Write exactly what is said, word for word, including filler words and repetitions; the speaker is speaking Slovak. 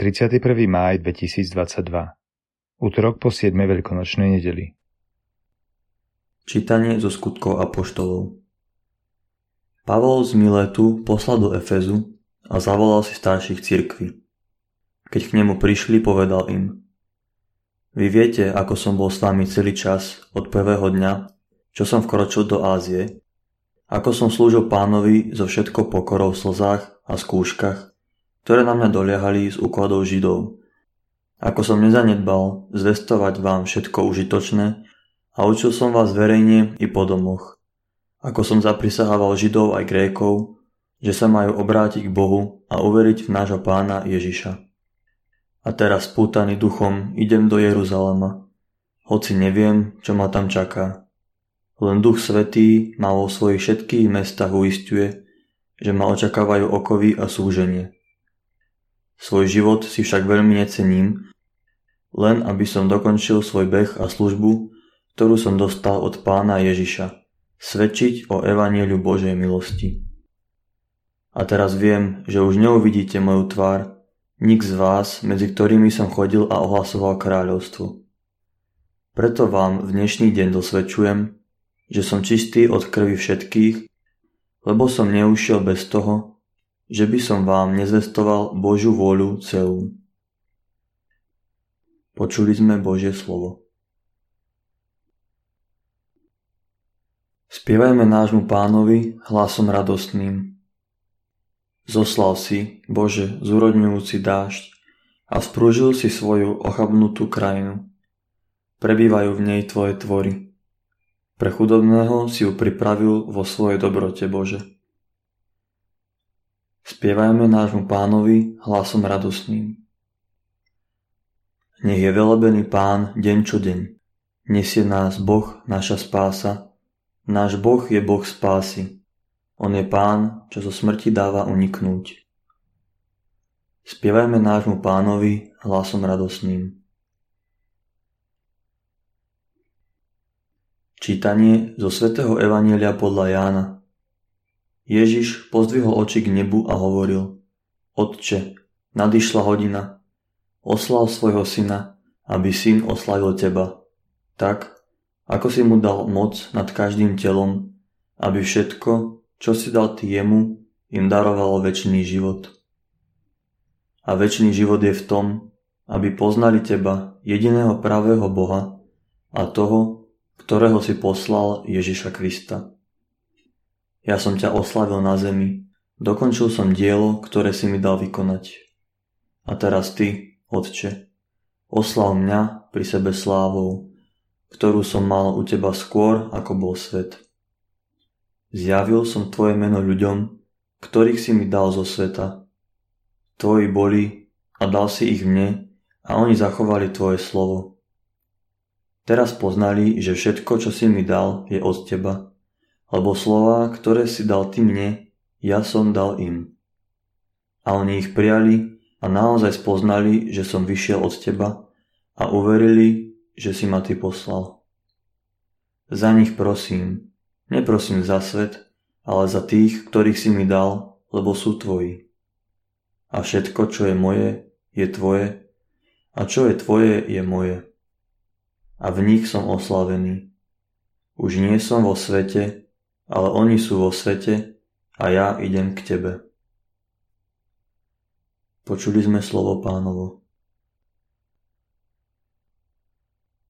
tridsiateho prvého mája dvetisícdvadsaťdva. Utorok po siedmej veľkonočnej nedeli. Čítanie zo skutkov apoštolov. Pavol z Miletu poslal do Efezu a zavolal si starších cirkví. Keď k nemu prišli, povedal im: Vy viete, ako som bol s vami celý čas od prvého dňa, čo som vkročil do Ázie, ako som slúžil Pánovi so všetkou pokorou v slzách a skúškach, ktoré na mňa doliehali z úkladov Židov. Ako som nezanedbal zvestovať vám všetko užitočné a učil som vás verejne i po domoch. Ako som zaprisahával Židov aj Grékov, že sa majú obrátiť k Bohu a uveriť v nášho Pána Ježiša. A teraz spútaný duchom idem do Jeruzalema, hoci neviem, čo ma tam čaká. Len Duch Svätý ma vo svojich všetkých mestách uisťuje, že ma očakávajú okovy a súženie. Svoj život si však veľmi necením, len aby som dokončil svoj beh a službu, ktorú som dostal od Pána Ježiša, svedčiť o evanjeliu Božej milosti. A teraz viem, že už neuvidíte moju tvár, nik z vás, medzi ktorými som chodil a ohlasoval kráľovstvo. Preto vám v dnešný deň dosvedčujem, že som čistý od krvi všetkých, lebo som neušiel bez toho, že by som vám nezvestoval Božiu vôľu celú. Počuli sme Božie slovo. Spievajme nášmu Pánovi hlasom radostným. Zoslal si, Bože, zúrodňujúci dážď a sprúžil si svoju ochabnutú krajinu. Prebývajú v nej tvoje tvory. Pre chudobného si ju pripravil vo svojej dobrote, Bože. Spievajme nášmu Pánovi hlasom radostným. Nech je velebený Pán deň čo deň. Nesie nás Boh, naša spása. Náš Boh je Boh spásy. On je Pán, čo zo smrti dáva uniknúť. Spievajme nášmu Pánovi hlasom radostným. Čítanie zo svätého evanjelia podľa Jána. Ježiš pozdvihol oči k nebu a hovoril: Otče, nadišla hodina. Oslav svojho syna, aby syn oslavil teba. Tak, ako si mu dal moc nad každým telom, aby všetko, čo si dal ty jemu, im darovalo večný život. A večný život je v tom, aby poznali teba, jediného pravého Boha, a toho, ktorého si poslal, Ježiša Krista. Ja som ťa oslavil na zemi, dokončil som dielo, ktoré si mi dal vykonať. A teraz ty, Otče, oslav mňa pri sebe slávou, ktorú som mal u teba skôr, ako bol svet. Zjavil som tvoje meno ľuďom, ktorých si mi dal zo sveta. Tvoji boli a dal si ich mne a oni zachovali tvoje slovo. Teraz poznali, že všetko, čo si mi dal, je od teba, lebo slová, ktoré si dal ty mne, ja som dal im. A oni ich prijali a naozaj spoznali, že som vyšiel od teba a uverili, že si ma ty poslal. Za nich prosím, neprosím za svet, ale za tých, ktorých si mi dal, lebo sú tvoji. A všetko, čo je moje, je tvoje, a čo je tvoje, je moje. A v nich som oslavený. Už nie som vo svete, ale oni sú vo svete a ja idem k tebe. Počuli sme slovo Pánovo.